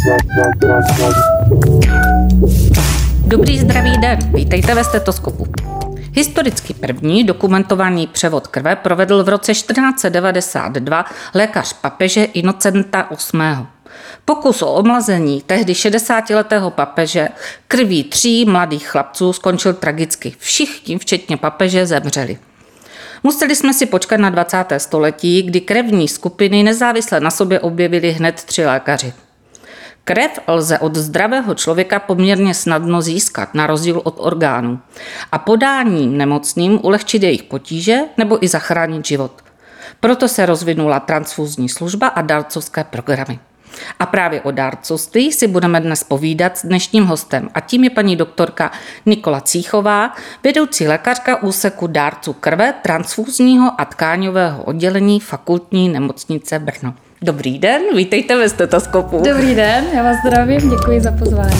Dobrý zdravý den, vítejte ve Stetoskopu. Historicky první dokumentovaný převod krve provedl v roce 1492 lékař papeže Inocenta VIII. Pokus o omlazení tehdy 60letého papeže krví 3 mladých chlapců skončil tragicky. Všichni, včetně papeže, zemřeli. Museli jsme si počkat na 20. století, kdy krevní skupiny nezávisle na sobě objevili hned 3 lékaři. Krev lze od zdravého člověka poměrně snadno získat, na rozdíl od orgánů, a podáním nemocným ulehčit jejich potíže nebo i zachránit život. Proto se rozvinula transfuzní služba a dárcovské programy. A právě o dárcovství si budeme dnes povídat s dnešním hostem, a tím je paní doktorka Nikola Cíchová, vedoucí lékařka úseku dárců krve, transfuzního a tkáňového oddělení Fakultní nemocnice Brno. Dobrý den, vítejte ve Stetoskopu. Dobrý den, já vás zdravím, děkuji za pozvání.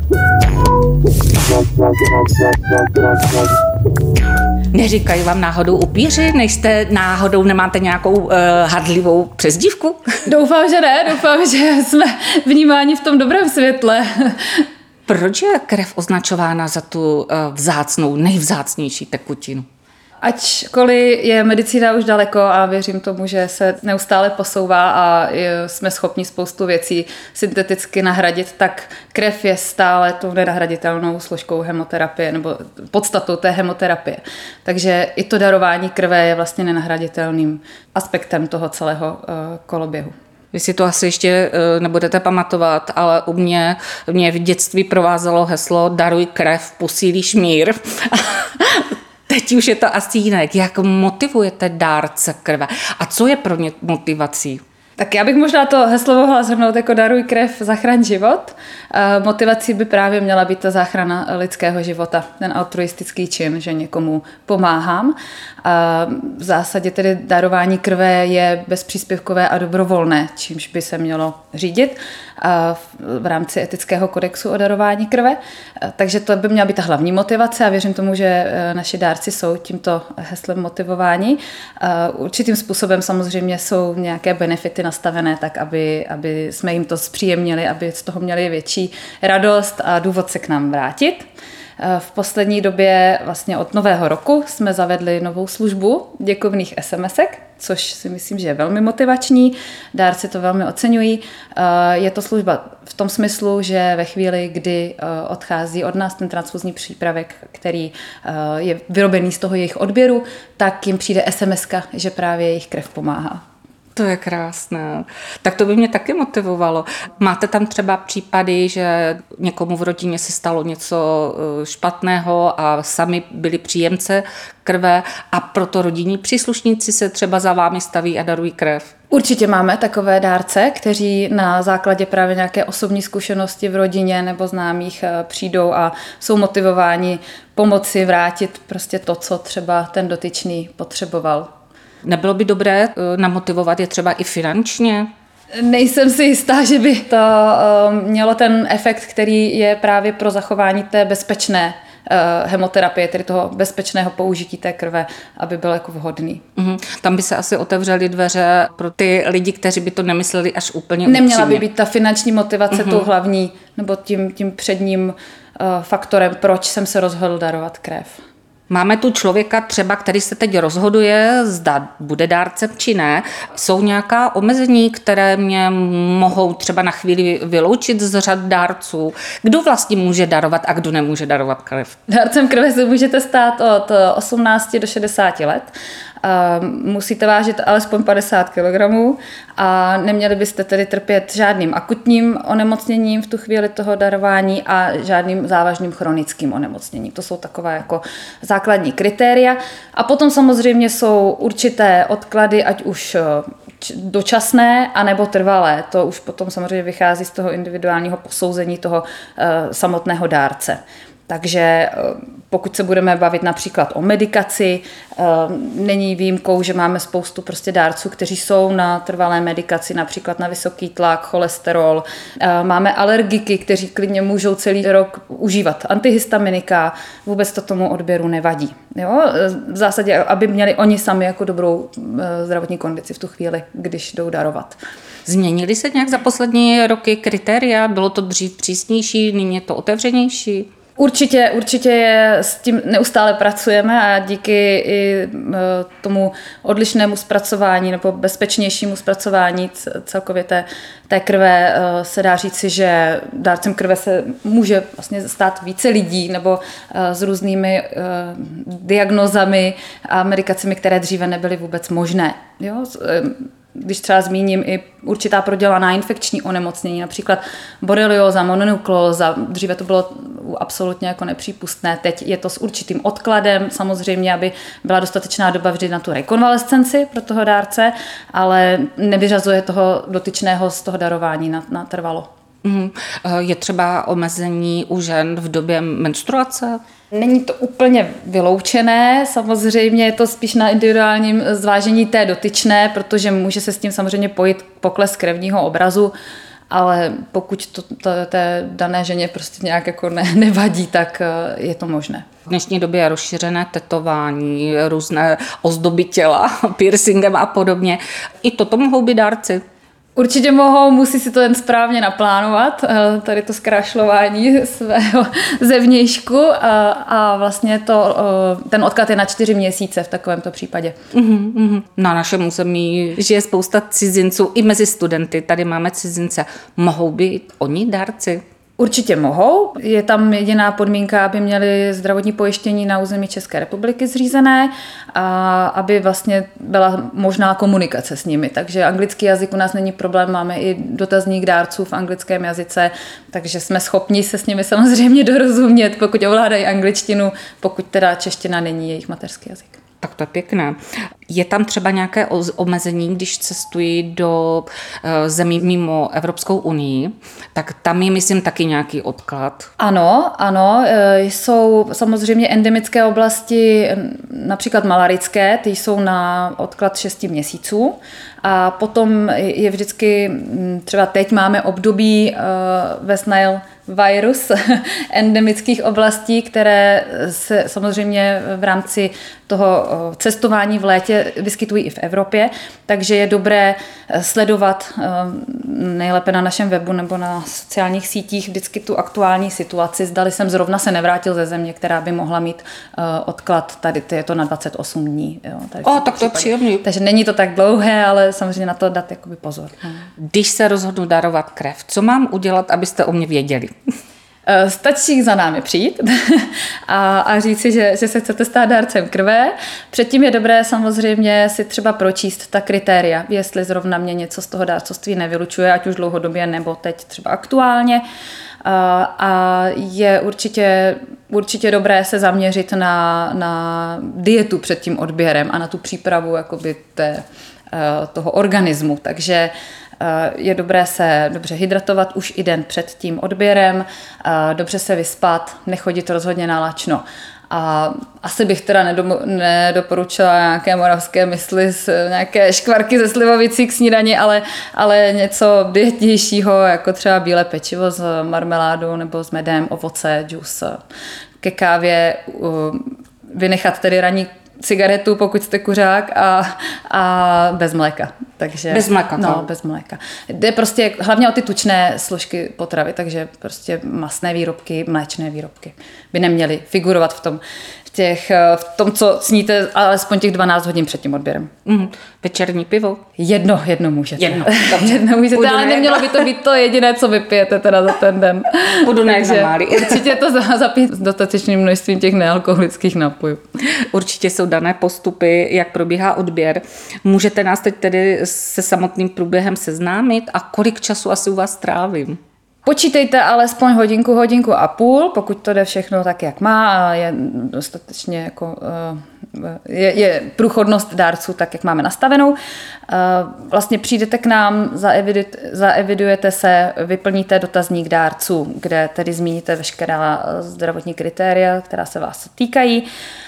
Neříkají vám náhodou upíři, nemáte nějakou hadlivou přezdívku? Doufám, že ne, doufám, že jsme vnímáni v tom dobrém světle. Proč je krev označována za tu vzácnou, nejvzácnější tekutinu? Ačkoliv je medicína už daleko a věřím tomu, že se neustále posouvá a jsme schopni spoustu věcí synteticky nahradit, tak krev je stále tou nenahraditelnou složkou hemoterapie nebo podstatou té hemoterapie. Takže i to darování krve je vlastně nenahraditelným aspektem toho celého koloběhu. Vy si to asi ještě nebudete pamatovat, ale u mě v dětství provázelo heslo Daruj krev, posílíš mír. Teď už je to asi jinak. Jak motivujete dárce krve? A co je pro ně motivací? Tak já bych možná to heslo mohla shrnout jako daruj krev, zachraň život. Motivací by právě měla být ta záchrana lidského života, ten altruistický čin, že někomu pomáhám. V zásadě tedy darování krve je bezpříspěvkové a dobrovolné, čímž by se mělo řídit v rámci etického kodexu o darování krve. Takže to by měla být ta hlavní motivace a věřím tomu, že naši dárci jsou tímto heslem motivováni. Určitým způsobem samozřejmě jsou nějaké benefity nastavené tak, aby jsme jim to zpříjemnili, aby z toho měli větší radost a důvod se k nám vrátit. V poslední době, vlastně od nového roku, jsme zavedli novou službu děkovných SMSek, což si myslím, že je velmi motivační. Dárci to velmi oceňují. Je to služba v tom smyslu, že ve chvíli, kdy odchází od nás ten transfuzní přípravek, který je vyrobený z toho jejich odběru, tak jim přijde SMSka, že právě jejich krev pomáhá. To je krásné. Tak to by mě taky motivovalo. Máte tam třeba případy, že někomu v rodině se stalo něco špatného a sami byli příjemce krve a proto rodinní příslušníci se třeba za vámi staví a darují krev? Určitě máme takové dárce, kteří na základě právě nějaké osobní zkušenosti v rodině nebo známých přijdou a jsou motivováni pomoci vrátit prostě to, co třeba ten dotyčný potřeboval. Nebylo by dobré namotivovat je třeba i finančně? Nejsem si jistá, že by to mělo ten efekt, který je právě pro zachování té bezpečné hemoterapie, tedy toho bezpečného použití té krve, aby byl jako vhodný. Tam by se asi otevřely dveře pro ty lidi, kteří by to nemysleli až úplně upřímně. Neměla by být ta finanční motivace tou hlavní, nebo tím předním faktorem, proč jsem se rozhodl darovat krev. Máme tu člověka třeba, který se teď rozhoduje, zda bude dárcem či ne. Jsou nějaká omezení, které mě mohou třeba na chvíli vyloučit z řad dárců? Kdo vlastně může darovat a kdo nemůže darovat krev? Dárcem krve se můžete stát od 18 do 60 let. Musíte vážit alespoň 50 kg a neměli byste tedy trpět žádným akutním onemocněním v tu chvíli toho darování a žádným závažným chronickým onemocněním. To jsou takové jako základní kritéria. A potom samozřejmě jsou určité odklady, ať už dočasné anebo trvalé. To už potom samozřejmě vychází z toho individuálního posouzení toho samotného dárce. Takže pokud se budeme bavit například o medikaci, není výjimkou, že máme spoustu prostě dárců, kteří jsou na trvalé medikaci, například na vysoký tlak, cholesterol. Máme alergiky, kteří klidně můžou celý rok užívat antihistaminika, vůbec to tomu odběru nevadí. Jo? V zásadě, aby měli oni sami jako dobrou zdravotní kondici v tu chvíli, když jdou darovat. Změnily se nějak za poslední roky kritéria? Bylo to dřív přísnější, nyní je to otevřenější? Určitě je, s tím neustále pracujeme a díky i tomu odlišnému zpracování nebo bezpečnějšímu zpracování celkově té krve se dá říci, že dárcem krve se může vlastně stát více lidí nebo s různými diagnózami a medikacemi, které dříve nebyly vůbec možné. Jo? Když třeba zmíním i určitá prodělaná infekční onemocnění, například borelióza, mononukleóza, dříve to bylo absolutně jako nepřípustné, teď je to s určitým odkladem, samozřejmě, aby byla dostatečná doba vždy na tu rekonvalescenci pro toho dárce, ale nevyřazuje toho dotyčného z toho darování na trvalo. Je třeba omezení u žen v době menstruace? Není to úplně vyloučené, samozřejmě je to spíš na individuálním zvážení té dotyčné, protože může se s tím samozřejmě pojít pokles krevního obrazu, ale pokud to té dané ženě prostě nějak jako nevadí, tak je to možné. V dnešní době je rozšířené tetování, různé ozdoby těla, piercingem a podobně. I toto mohou být dárci. Určitě mohou, musí si to jen správně naplánovat, tady to zkrášlování svého zevnějšku a vlastně ten odklad je na 4 měsíce v takovémto případě. Na našem území žije spousta cizinců i mezi studenty, tady máme cizince. Mohou být oni dárci? Určitě mohou. Je tam jediná podmínka, aby měli zdravotní pojištění na území České republiky zřízené a aby vlastně byla možná komunikace s nimi. Takže anglický jazyk u nás není problém, máme i dotazník dárců v anglickém jazyce, takže jsme schopni se s nimi samozřejmě dorozumět, pokud ovládají angličtinu, pokud teda čeština není jejich mateřský jazyk. Tak to je pěkné. Je tam třeba nějaké omezení, když cestují do zemí mimo Evropskou unii, tak tam je, myslím, taky nějaký odklad. Ano, jsou samozřejmě endemické oblasti, například malarické, ty jsou na odklad 6 měsíců a potom je vždycky, třeba teď máme období West Nile virus endemických oblastí, které se samozřejmě v rámci toho cestování v létě vyskytují i v Evropě, takže je dobré sledovat nejlépe na našem webu nebo na sociálních sítích vždycky tu aktuální situaci. Zdali jsem zrovna se nevrátil ze země, která by mohla mít odklad, tady je to na 28 dní. Jo, tak to je příjemný. Takže není to tak dlouhé, ale samozřejmě na to dát jakoby pozor. Když se rozhodnu darovat krev, co mám udělat, abyste o mě věděli? Stačí za námi přijít a říct si, že se chcete stát dárcem krve. Předtím je dobré samozřejmě si třeba pročíst ta kritéria, jestli zrovna mě něco z toho dárcovství nevylučuje, ať už dlouhodobě nebo teď třeba aktuálně. A je určitě dobré se zaměřit na dietu před tím odběrem a na tu přípravu jakoby toho organismu. Takže je dobré se dobře hydratovat už i den před tím odběrem, dobře se vyspat, nechodit rozhodně na lačno. A asi bych teda nedoporučila nějaké moravské mysli, nějaké škvarky ze slivovicí k snídani, ale něco dietnějšího, jako třeba bílé pečivo s marmeládou nebo s medem, ovoce, džus. Ke kávě vynechat tedy ranní cigaretu, pokud jste kuřák a bez mléka. Takže, bez mléka? No, bez mléka. Jde prostě hlavně o ty tučné složky potravy, takže prostě masné výrobky, mléčné výrobky by neměly figurovat v tom, co sníte alespoň těch 12 hodin před tím odběrem. Večerní pivo? Jedno můžete. Jedno můžete, ale nemělo by to být to jediné, co vypijete teda za ten den. Budu na malý. Určitě to zapít s dostatečným množstvím těch nealkoholických nápojů. Určitě jsou dané postupy, jak probíhá odběr. Můžete nás teď tedy se samotným průběhem seznámit a kolik času asi u vás trávím? Počítejte alespoň hodinku a půl, pokud to jde všechno tak, jak má a je dostatečně jako je průchodnost dárců tak, jak máme nastavenou. Vlastně přijdete k nám, zaevidujete se, vyplníte dotazník dárců, kde tedy zmíníte veškerá zdravotní kritéria, která se vás týkají.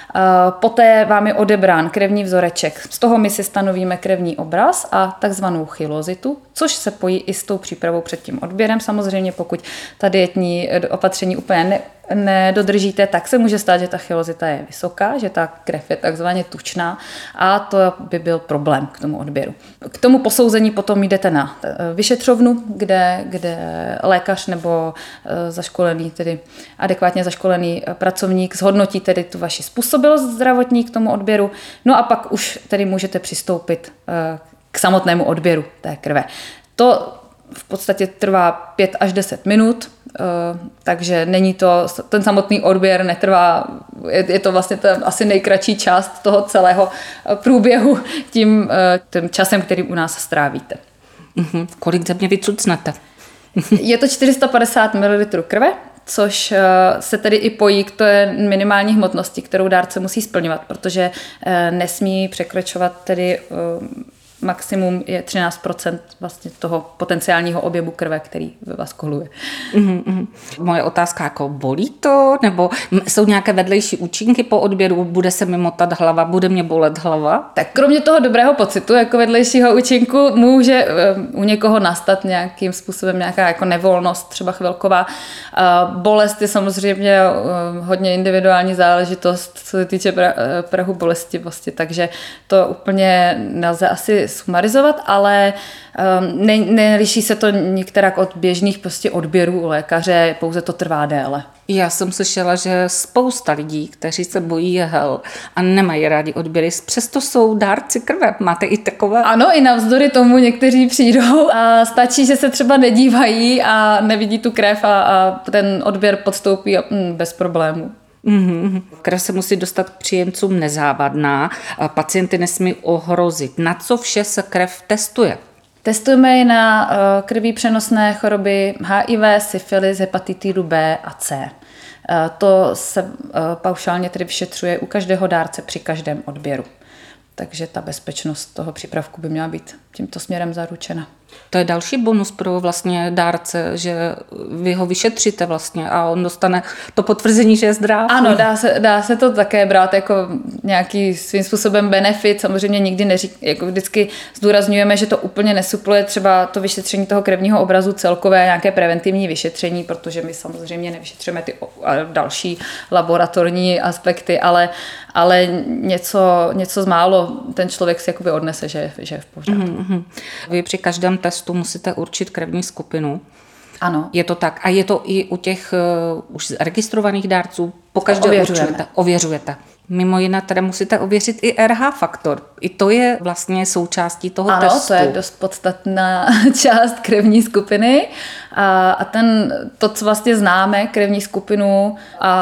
Poté vám je odebrán krevní vzoreček. Z toho my si stanovíme krevní obraz a takzvanou chylozitu, což se pojí i s tou přípravou před tím odběrem. Samozřejmě pokud ta dietní opatření úplně nedodržíte, tak se může stát, že ta chylozita je vysoká, že ta krev je takzvaně tučná a to by byl problém k tomu odběru. K tomu posouzení potom jdete na vyšetřovnu, kde lékař nebo zaškolený, tedy adekvátně zaškolený pracovník zhodnotí tedy tu vaši způsobilost zdravotní k tomu odběru. No a pak už tedy můžete přistoupit k samotnému odběru té krve. To v podstatě trvá 5 až 10 minut, takže není to, ten samotný odběr netrvá, je to vlastně asi nejkratší část toho celého průběhu tím časem, který u nás strávíte. Kolik země vycucnete? Je to 450 ml krve, což se tedy i pojí k té minimální hmotnosti, kterou dárce musí splňovat, protože nesmí překračovat tedy maximum je 13% vlastně toho potenciálního objemu krve, který ve vás koluje. Moje otázka, jako bolí to? Nebo jsou nějaké vedlejší účinky po odběru? Bude se mi motat hlava? Bude mě bolet hlava? Tak kromě toho dobrého pocitu, jako vedlejšího účinku, může u někoho nastat nějakým způsobem nějaká jako nevolnost, třeba chvilková. Bolest je samozřejmě hodně individuální záležitost, co se týče prahu bolesti, vlastně, takže to úplně nelze asi sumarizovat, ale neliší se to některak od běžných prostě odběrů u lékaře, pouze to trvá déle. Já jsem slyšela, že spousta lidí, kteří se bojí jehel a nemají rádi odběry, přesto jsou dárci krve. Máte i takové? Ano, i navzdory tomu někteří přijdou a stačí, že se třeba nedívají a nevidí tu krev a ten odběr podstoupí bez problémů. Krev se musí dostat k příjemcům nezávadná, pacienty nesmí ohrozit. Na co vše se krev testuje? Testujeme ji na krví přenosné choroby HIV, syfilis, hepatitidu B a C. To se paušálně tedy vyšetřuje u každého dárce při každém odběru. Takže ta bezpečnost toho přípravku by měla být tímto směrem zaručena. To je další bonus pro vlastně dárce, že vy ho vyšetříte vlastně a on dostane to potvrzení, že je zdravý. Ano, dá se to také brát jako nějaký svým způsobem benefit. Samozřejmě nikdy jako vždycky zdůrazňujeme, že to úplně nesupluje třeba to vyšetření toho krevního obrazu celkové, nějaké preventivní vyšetření, protože my samozřejmě nevyšetřujeme ty další laboratorní aspekty, ale něco z málo ten člověk si jakoby odnese, že je v pořádku. Vy při každém testu musíte určit krevní skupinu. Ano. Je to tak. A je to i u těch už registrovaných dárců? Pokaždé ověřujete. Mimo jiné teda musíte ověřit i RH faktor. I to je vlastně součástí toho testu. Ano, to je dost podstatná část krevní skupiny. A to, co vlastně známe, krevní skupinu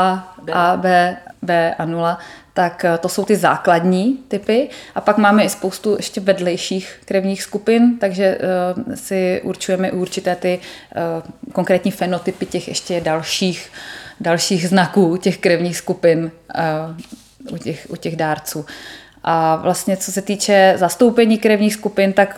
A, B a 0, tak to jsou ty základní typy. A pak máme i spoustu ještě vedlejších krevních skupin, takže si určujeme určité ty konkrétní fenotypy těch ještě dalších znaků těch krevních skupin u těch dárců. A vlastně co se týče zastoupení krevních skupin, tak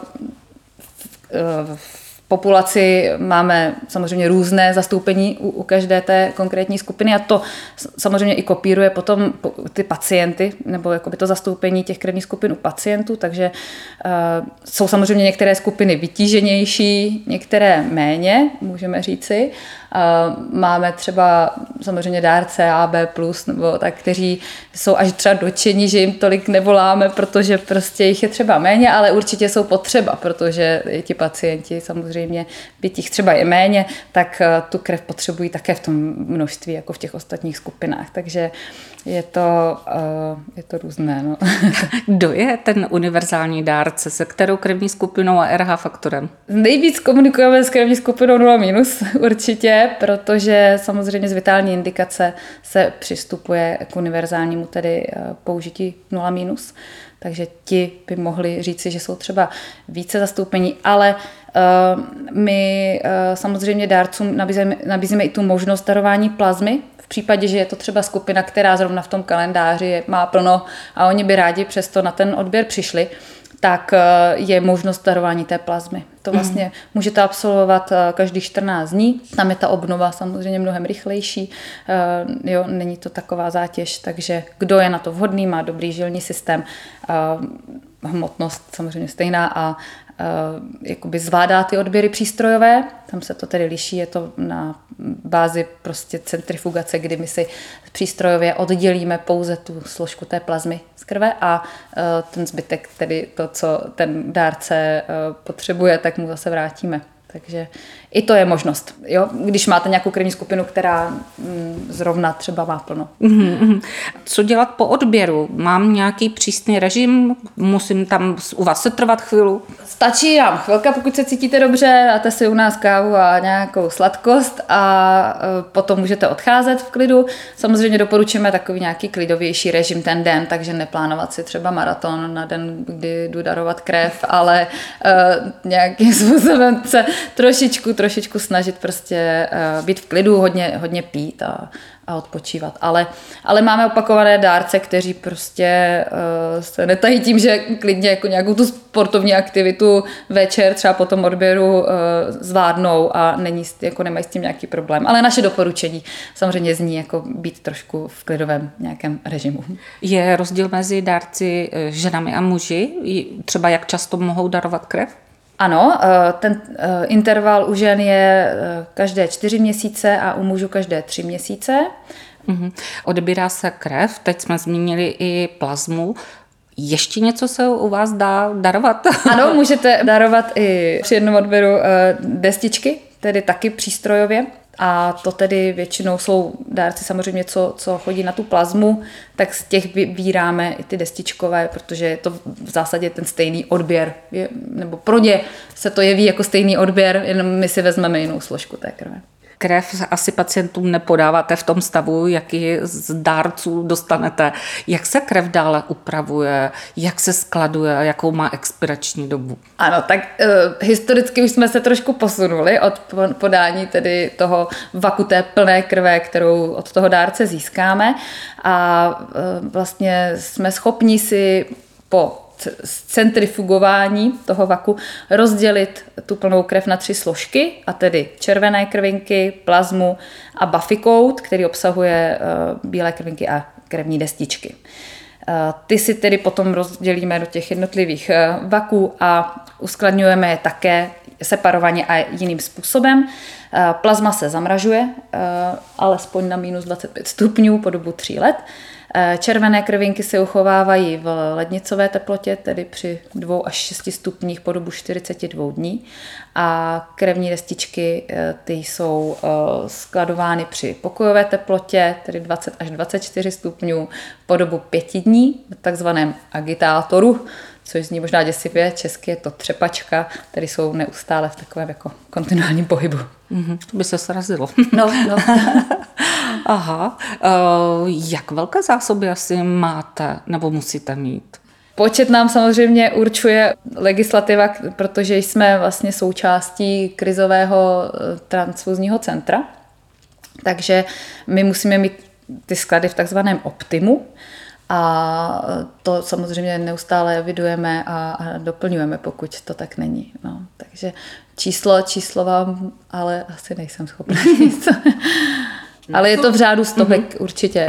v populaci máme samozřejmě různé zastoupení u každé té konkrétní skupiny a to samozřejmě i kopíruje potom ty pacienty nebo jakoby to zastoupení těch krevních skupin u pacientů, takže jsou samozřejmě některé skupiny vytíženější, některé méně, můžeme říci. Máme třeba samozřejmě dárce AB+, nebo tak, kteří jsou až třeba dotčení, že jim tolik nevoláme, protože prostě jich je třeba méně, ale určitě jsou potřeba, protože ti pacienti samozřejmě, byť jich třeba je méně, tak tu krev potřebují také v tom množství, jako v těch ostatních skupinách, takže je to různé. No. Kdo je ten univerzální dárce, se kterou krevní skupinou a RH faktorem? Nejvíc komunikujeme s krevní skupinou 0- určitě, protože samozřejmě z vitální indikace se přistupuje k univerzálnímu tedy použití 0-, takže ti by mohli říci, že jsou třeba více zastoupení, ale my samozřejmě dárcům nabízíme i tu možnost darování plazmy v případě, že je to třeba skupina, která zrovna v tom kalendáři má plno a oni by rádi přesto na ten odběr přišli, tak je možnost darování té plazmy. To vlastně můžete absolvovat každých 14 dní. Tam je ta obnova samozřejmě mnohem rychlejší. Jo, není to taková zátěž, takže kdo je na to vhodný, má dobrý žilní systém, hmotnost samozřejmě stejná a jakoby zvládá ty odběry přístrojové. Tam se to tedy liší, je to na bázi prostě centrifugace, kdy my si přístrojově oddělíme pouze tu složku té plazmy z krve a ten zbytek, tedy to, co ten dárce potřebuje, tak mu zase vrátíme. Takže i to je možnost, jo? Když máte nějakou krevní skupinu, která zrovna třeba má plno. Co dělat po odběru? Mám nějaký přísný režim? Musím tam u vás setrvat chvíli? Stačí nám chvilka, pokud se cítíte dobře, dáte si u nás kávu a nějakou sladkost a potom můžete odcházet v klidu. Samozřejmě doporučujeme takový nějaký klidovější režim ten den, takže neplánovat si třeba maraton na den, kdy jdu darovat krev, ale nějakým způsobem se trošičku snažit prostě být v klidu, hodně pít a odpočívat. Ale máme opakované dárce, kteří prostě se netají tím, že klidně jako nějakou tu sportovní aktivitu večer třeba po tom odběru zvládnou a nemají s tím nějaký problém. Ale naše doporučení samozřejmě zní jako být trošku v klidovém nějakém režimu. Je rozdíl mezi dárci ženami a muži? Třeba jak často mohou darovat krev? Ano, ten interval u žen je každé 4 měsíce a u mužů každé 3 měsíce. Odebírá se krev, teď jsme zmínili i plazmu. Ještě něco se u vás dá darovat? Ano, můžete darovat i při jednom odběru destičky, tedy taky přístrojově. A to tedy většinou jsou dárci samozřejmě, co chodí na tu plazmu, tak z těch vybíráme i ty destičkové, protože je to v zásadě ten stejný odběr. Nebo pro ně se to jeví jako stejný odběr, jenom my si vezmeme jinou složku té krve. Krev asi pacientům nepodáváte v tom stavu, jaký z dárců dostanete. Jak se krev dále upravuje, jak se skladuje, jakou má expirační dobu? Ano, tak historicky už jsme se trošku posunuli od podání tedy toho vaku té plné krve, kterou od toho dárce získáme a vlastně jsme schopni si po centrifugování toho vaku rozdělit tu plnou krev na 3 složky, a tedy červené krvinky, plazmu a bafikout, který obsahuje bílé krvinky a krevní destičky. Ty si tedy potom rozdělíme do těch jednotlivých vaků a uskladňujeme je také separovaně a jiným způsobem. Plazma se zamražuje alespoň na minus 25 stupňů po dobu 3 let. Červené krvinky se uchovávají v lednicové teplotě, tedy při 2 až 6 stupních po dobu 42 dní. A krevní destičky ty jsou skladovány při pokojové teplotě, tedy 20 až 24 stupňů po dobu 5 dní v takzvaném agitátoru, což zní možná děsivě, česky je to třepačka, tedy jsou neustále v takovém jako kontinuálním pohybu. To by se srazilo. No. Aha. Jak velké zásoby asi máte nebo musíte mít? Počet nám samozřejmě určuje legislativa, protože jsme vlastně součástí krizového transfuzního centra. Takže my musíme mít ty sklady v takzvaném optimu a to samozřejmě neustále evidujeme a doplňujeme, pokud to tak není. No, takže číslo vám, ale asi nejsem schopná říct. Ale je to v řádu stovek určitě.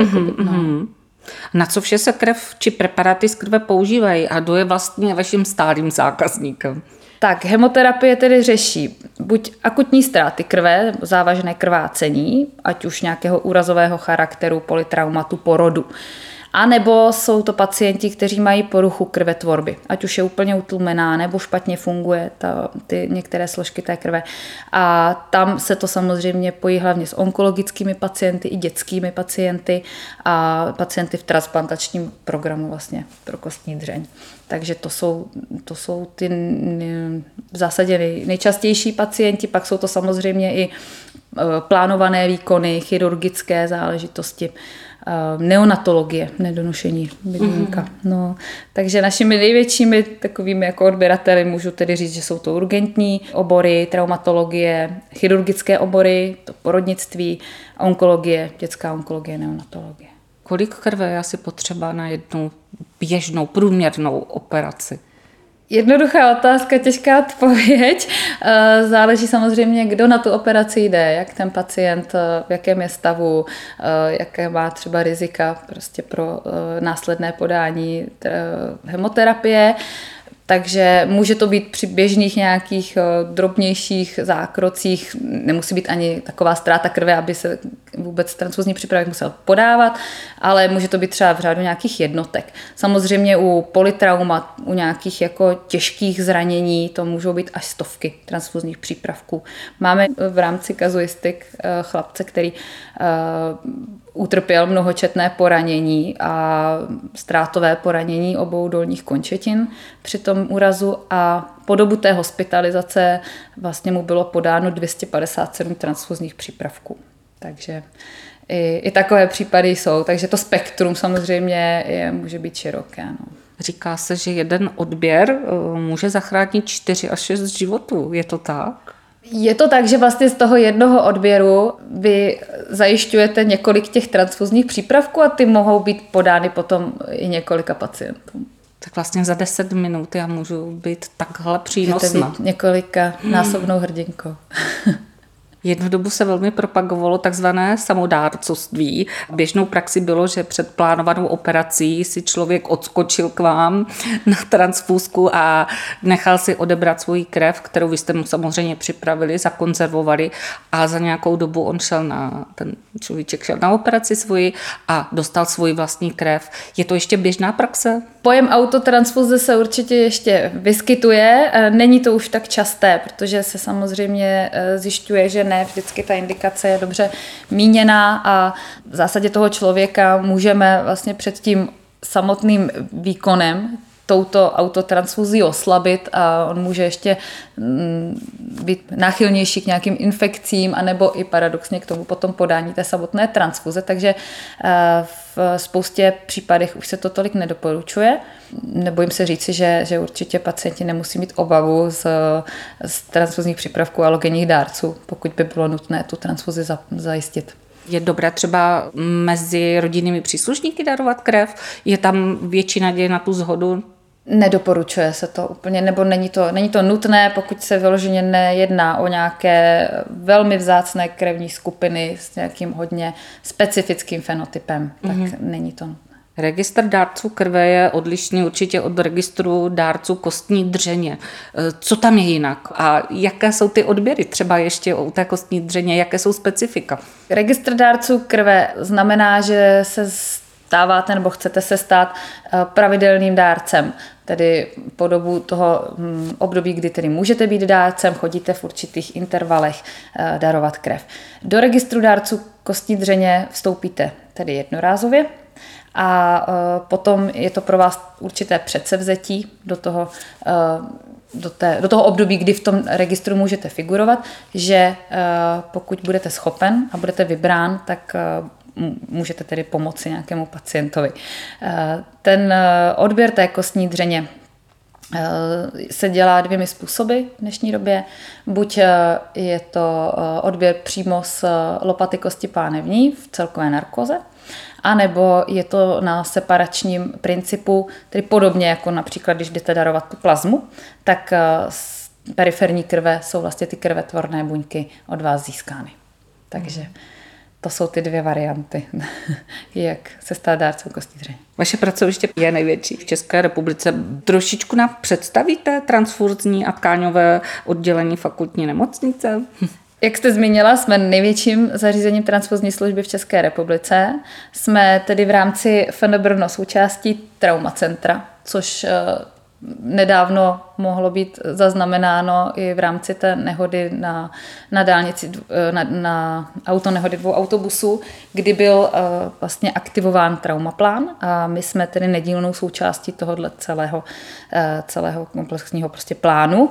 Na co vše se krev či preparáty z krve používají a kdo je vlastně vaším stálým zákazníkem? Tak hemoterapie tedy řeší buď akutní ztráty krve, závažné krvácení, ať už nějakého úrazového charakteru, polytraumatu, porodu. A nebo jsou to pacienti, kteří mají poruchu krvetvorby, ať už je úplně utlumená, nebo špatně funguje ty některé složky té krve. A tam se to samozřejmě pojí hlavně s onkologickými pacienty i dětskými pacienty a pacienty v transplantačním programu vlastně pro kostní dřeň. Takže to jsou ty v zásadě nejčastější pacienti, pak jsou to samozřejmě i plánované výkony, chirurgické záležitosti neonatologie, nedonošení bydlínka. No, takže našimi největšími takovými jako odběrateli můžu tedy říct, že jsou to urgentní obory, traumatologie, chirurgické obory, to porodnictví, onkologie, dětská onkologie, neonatologie. Kolik krve je asi potřeba na jednu běžnou, průměrnou operaci? Jednoduchá otázka, těžká odpověď. Záleží samozřejmě, kdo na tu operaci jde, jak ten pacient, v jakém je stavu, jaké má třeba rizika prostě pro následné podání hemoterapie. Takže může to být při běžných nějakých drobnějších zákrocích, nemusí být ani taková ztráta krve, aby se vůbec transfuzní přípravek musel podávat, ale může to být třeba v řádu nějakých jednotek. Samozřejmě u polytrauma, u nějakých jako těžkých zranění, to můžou být až stovky transfuzních přípravků. Máme v rámci kazuistik chlapce, který utrpěl mnohočetné poranění a ztrátové poranění obou dolních končetin při tom úrazu a po dobu té hospitalizace vlastně mu bylo podáno 257 transfuzních přípravků. Takže i takové případy jsou, takže to spektrum samozřejmě může být široké. No. Říká se, že jeden odběr může zachránit 4 až 6 životů. Je to tak? Je to tak, že vlastně z toho jednoho odběru vy zajišťujete několik těch transfuzních přípravků a ty mohou být podány potom i několika pacientům. Tak vlastně za 10 minut já můžu být takhle přínosná. Můžete být několika násobnou hrdinkou. Jednu dobu se velmi propagovalo takzvané samodárcovství. Běžnou praxi bylo, že před plánovanou operací si člověk odskočil k vám na transfúzku a nechal si odebrat svoji krev, kterou vy jste mu samozřejmě připravili, zakonzervovali a za nějakou dobu on šel ten človíček šel na operaci svoji a dostal svoji vlastní krev. Je to ještě běžná praxe? Pojem autotransfuze se určitě ještě vyskytuje. Není to už tak časté, protože se samozřejmě zjišťuje, že ne vždycky ta indikace je dobře míněná a v zásadě toho člověka můžeme vlastně před tím samotným výkonem touto autotransfuzí oslabit a on může ještě být náchylnější k nějakým infekcím anebo i paradoxně k tomu potom podání té samotné transfuze, takže v spoustě případech už se to tolik nedoporučuje. Nebojím se říci, že určitě pacienti nemusí mít obavu z transfuzních přípravků a alogenních dárců, pokud by bylo nutné tu transfuzi zajistit. Je dobré třeba mezi rodinnými příslušníky darovat krev? Je tam větší naděje na tu shodu? Nedoporučuje se to úplně, nebo není to nutné, pokud se vyloženě nejedná o nějaké velmi vzácné krevní skupiny s nějakým hodně specifickým fenotypem, tak není to nutné. Registr dárců krve je odlišný určitě od registru dárců kostní dřeně. Co tam je jinak a jaké jsou ty odběry třeba ještě u té kostní dřeně, jaké jsou specifika? Registr dárců krve znamená, že se stáváte nebo chcete se stát pravidelným dárcem, tedy po dobu toho období, kdy tedy můžete být dárcem, chodíte v určitých intervalech darovat krev. Do registru dárců kostní dřeně vstoupíte tedy jednorázově a potom je to pro vás určité předsevzetí do toho období, kdy v tom registru můžete figurovat, že pokud budete schopen a budete vybrán, tak můžete tedy pomoci nějakému pacientovi. Ten odběr té kostní dřeně se dělá 2 způsoby v dnešní době. Buď je to odběr přímo z lopaty kosti pánevní v celkové narkoze, anebo je to na separačním principu, tedy podobně jako například, když jdete darovat tu plazmu, tak z periferní krve jsou vlastně ty krvetvorné buňky od vás získány. Takže to jsou ty 2 varianty, jak se stát dárcem kostní dřeně. Vaše pracoviště je největší v České republice. Trošičku nám představíte transfuzní a tkáňové oddělení fakultní nemocnice? Jak jste zmínila, jsme největším zařízením transfuzní služby v České republice. Jsme tedy v rámci FN Brno součástí traumacentra, což nedávno mohlo být zaznamenáno i v rámci té nehody na dálnici, na autonehody 2 autobusů, kdy byl vlastně aktivován traumaplán a my jsme tedy nedílnou součástí tohohle celého komplexního prostě plánu.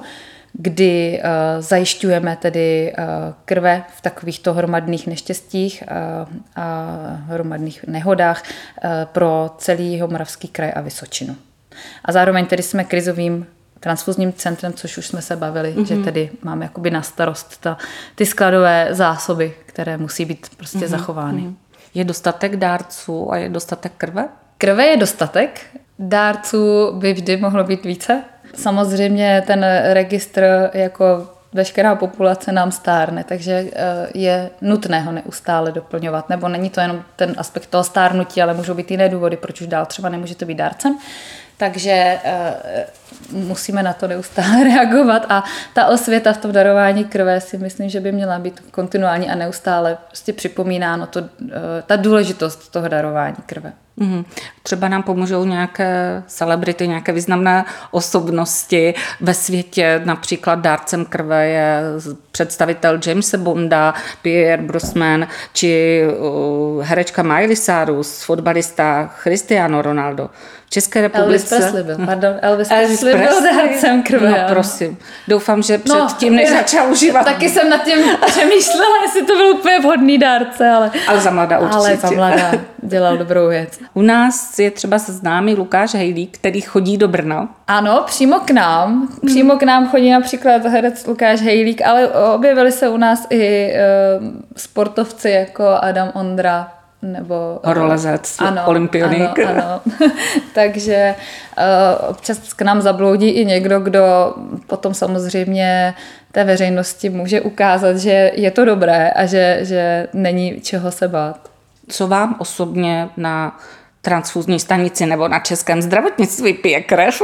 kdy zajišťujeme tedy krve v takovýchto hromadných neštěstích a hromadných nehodách pro celý Moravský kraj a Vysočinu. A zároveň tedy jsme krizovým transfuzním centrem, což už jsme se bavili, že tedy máme jakoby na starost ty skladové zásoby, které musí být prostě zachovány. Je dostatek dárců a je dostatek krve? Krve je dostatek, dárců by vždy mohlo být více. Samozřejmě ten registr jako veškerá populace nám stárne, takže je nutné ho neustále doplňovat. Nebo není to jenom ten aspekt toho stárnutí, ale můžou být jiné důvody, proč už dál třeba nemůžete být dárcem. Takže musíme na to neustále reagovat a ta osvěta v tom darování krve si myslím, že by měla být kontinuální a neustále prostě připomínáno ta důležitost toho darování krve. Třeba nám pomůžou nějaké celebrity, nějaké významné osobnosti ve světě, například dárcem krve je představitel Jamesa Bonda, Pierre Brosnan, či herečka Miley Cyrus, fotbalista Cristiano Ronaldo. V České republice... Elvis Presley byl dárcem krve. No prosím, doufám, že předtím, než začal užívat. Taky jsem nad tím přemýšlela, jestli to byl úplně vhodný dárce, ale za mladá určitě. Ale za mladá dělal dobrou věc. U nás je třeba známý Lukáš Hejlík, který chodí do Brna. Ano, přímo k nám chodí například herec Lukáš Hejlík, ale objevili se u nás i sportovci jako Adam Ondra, nebo horolezec, olympionik. Ano. Takže občas k nám zabloudí i někdo, kdo potom samozřejmě té veřejnosti může ukázat, že je to dobré a že není čeho se bát. Co vám osobně na transfuzní stanici nebo na českém zdravotnictví pije krev?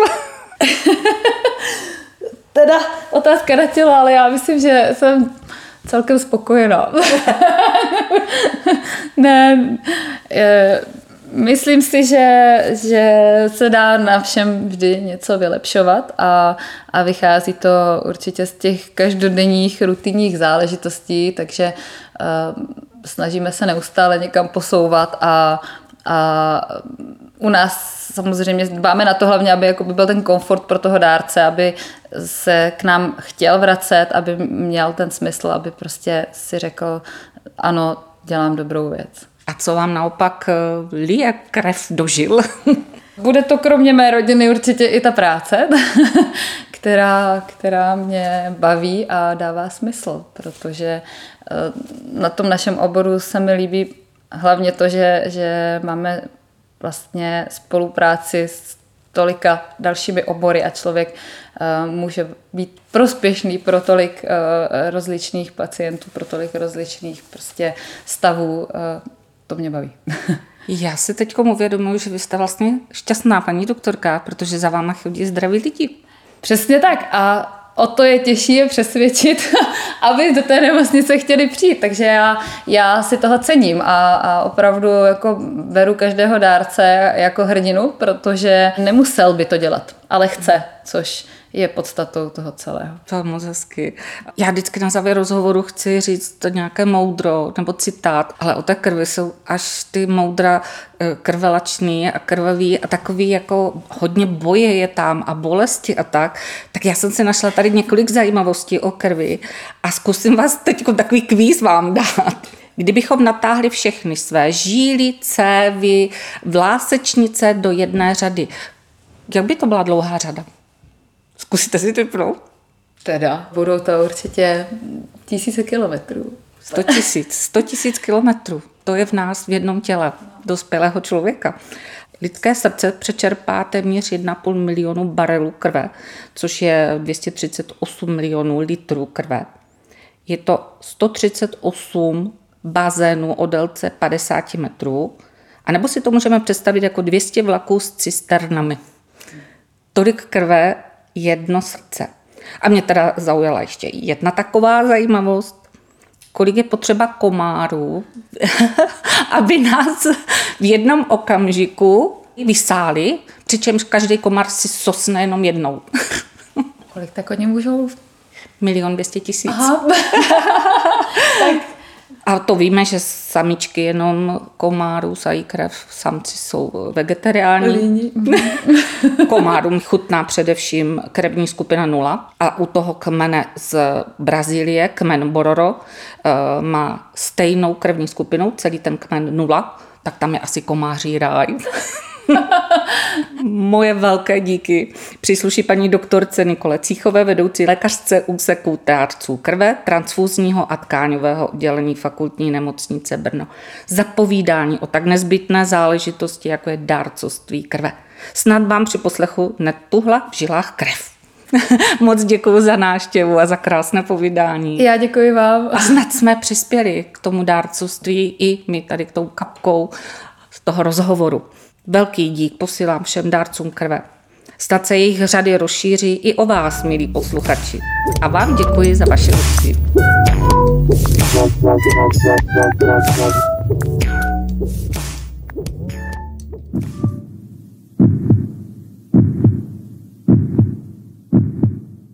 Teda otázka na tělo, ale já myslím, že jsem celkem spokojená. Ne, myslím si, že se dá na všem vždy něco vylepšovat a vychází to určitě z těch každodenních rutinních záležitostí, takže snažíme se neustále někam posouvat a u nás samozřejmě dbáme na to hlavně, aby jako by byl ten komfort pro toho dárce, aby se k nám chtěl vracet, aby měl ten smysl, aby prostě si řekl, ano, dělám dobrou věc. A co vám naopak lije krev do žil? Bude to kromě mé rodiny určitě i ta práce, která mě baví a dává smysl, protože na tom našem oboru se mi líbí hlavně to, že máme vlastně spolupráci s tolika dalšími obory a člověk může být prospěšný pro tolik rozličných pacientů, pro tolik rozličných prostě stavů. To mě baví. Já si teď uvědomuji, že vy jste vlastně šťastná paní doktorka, protože za váma chodí zdraví lidi. Přesně tak a o to je těžší je přesvědčit, aby do té nemocnice chtěli přijít. Takže já si toho cením a opravdu jako beru každého dárce jako hrdinu, protože nemusel by to dělat, ale chce, což je podstatou toho celého. To je moc hezky. Já vždycky na závěr rozhovoru chci říct nějaké moudro nebo citát, ale o té krvi jsou až ty moudra krvelační a krvavý a takový jako hodně boje je tam a bolesti a tak. Tak já jsem si našla tady několik zajímavostí o krvi a zkusím vás teď takový kvíz vám dát. Kdybychom natáhli všechny své žíly, cévy, vlásečnice do jedné řady, jak by to byla dlouhá řada? Zkusíte si typnout? Teda, budou to určitě tisíce kilometrů. 100 tisíc kilometrů. To je v nás v jednom těle dospělého člověka. Lidské srdce přečerpá téměř 1,5 milionu barelů krve, což je 238 milionů litrů krve. Je to 138 bazénů o délce 50 metrů, anebo si to můžeme představit jako 200 vlaků s cisternami. Tolik krve, jedno srdce. A mě teda zaujala ještě jedna taková zajímavost. Kolik je potřeba komárů, aby nás v jednom okamžiku vysáli, přičemž každý komár si sosne jenom jednou. Kolik tak oni můžou? 1 200 000. Aha. Tak A to víme, že samičky jenom komárů sají krev, samci jsou vegetariální. Komárům chutná především krevní skupina 0 a u toho kmene z Brazílie, kmen Bororo, má stejnou krevní skupinu, celý ten kmen 0, tak tam je asi komáří ráj. Moje velké díky přísluší paní doktorce Nikole Cíchové, vedoucí lékařce úseku dárců krve, transfúzního a tkáňového oddělení Fakultní nemocnice Brno, za povídání o tak nezbytné záležitosti, jako je dárcovství krve. Snad vám při poslechu netuhla v žilách krev. Moc děkuji za návštěvu a za krásné povídání. Já děkuji vám. A snad jsme přispěli k tomu dárcovství i my tady k tou kapkou z toho rozhovoru. Velký dík posílám všem dárcům krve. Snad se jejich řady rozšíří i o vás, milí posluchači. A vám děkuji za vaše úcty.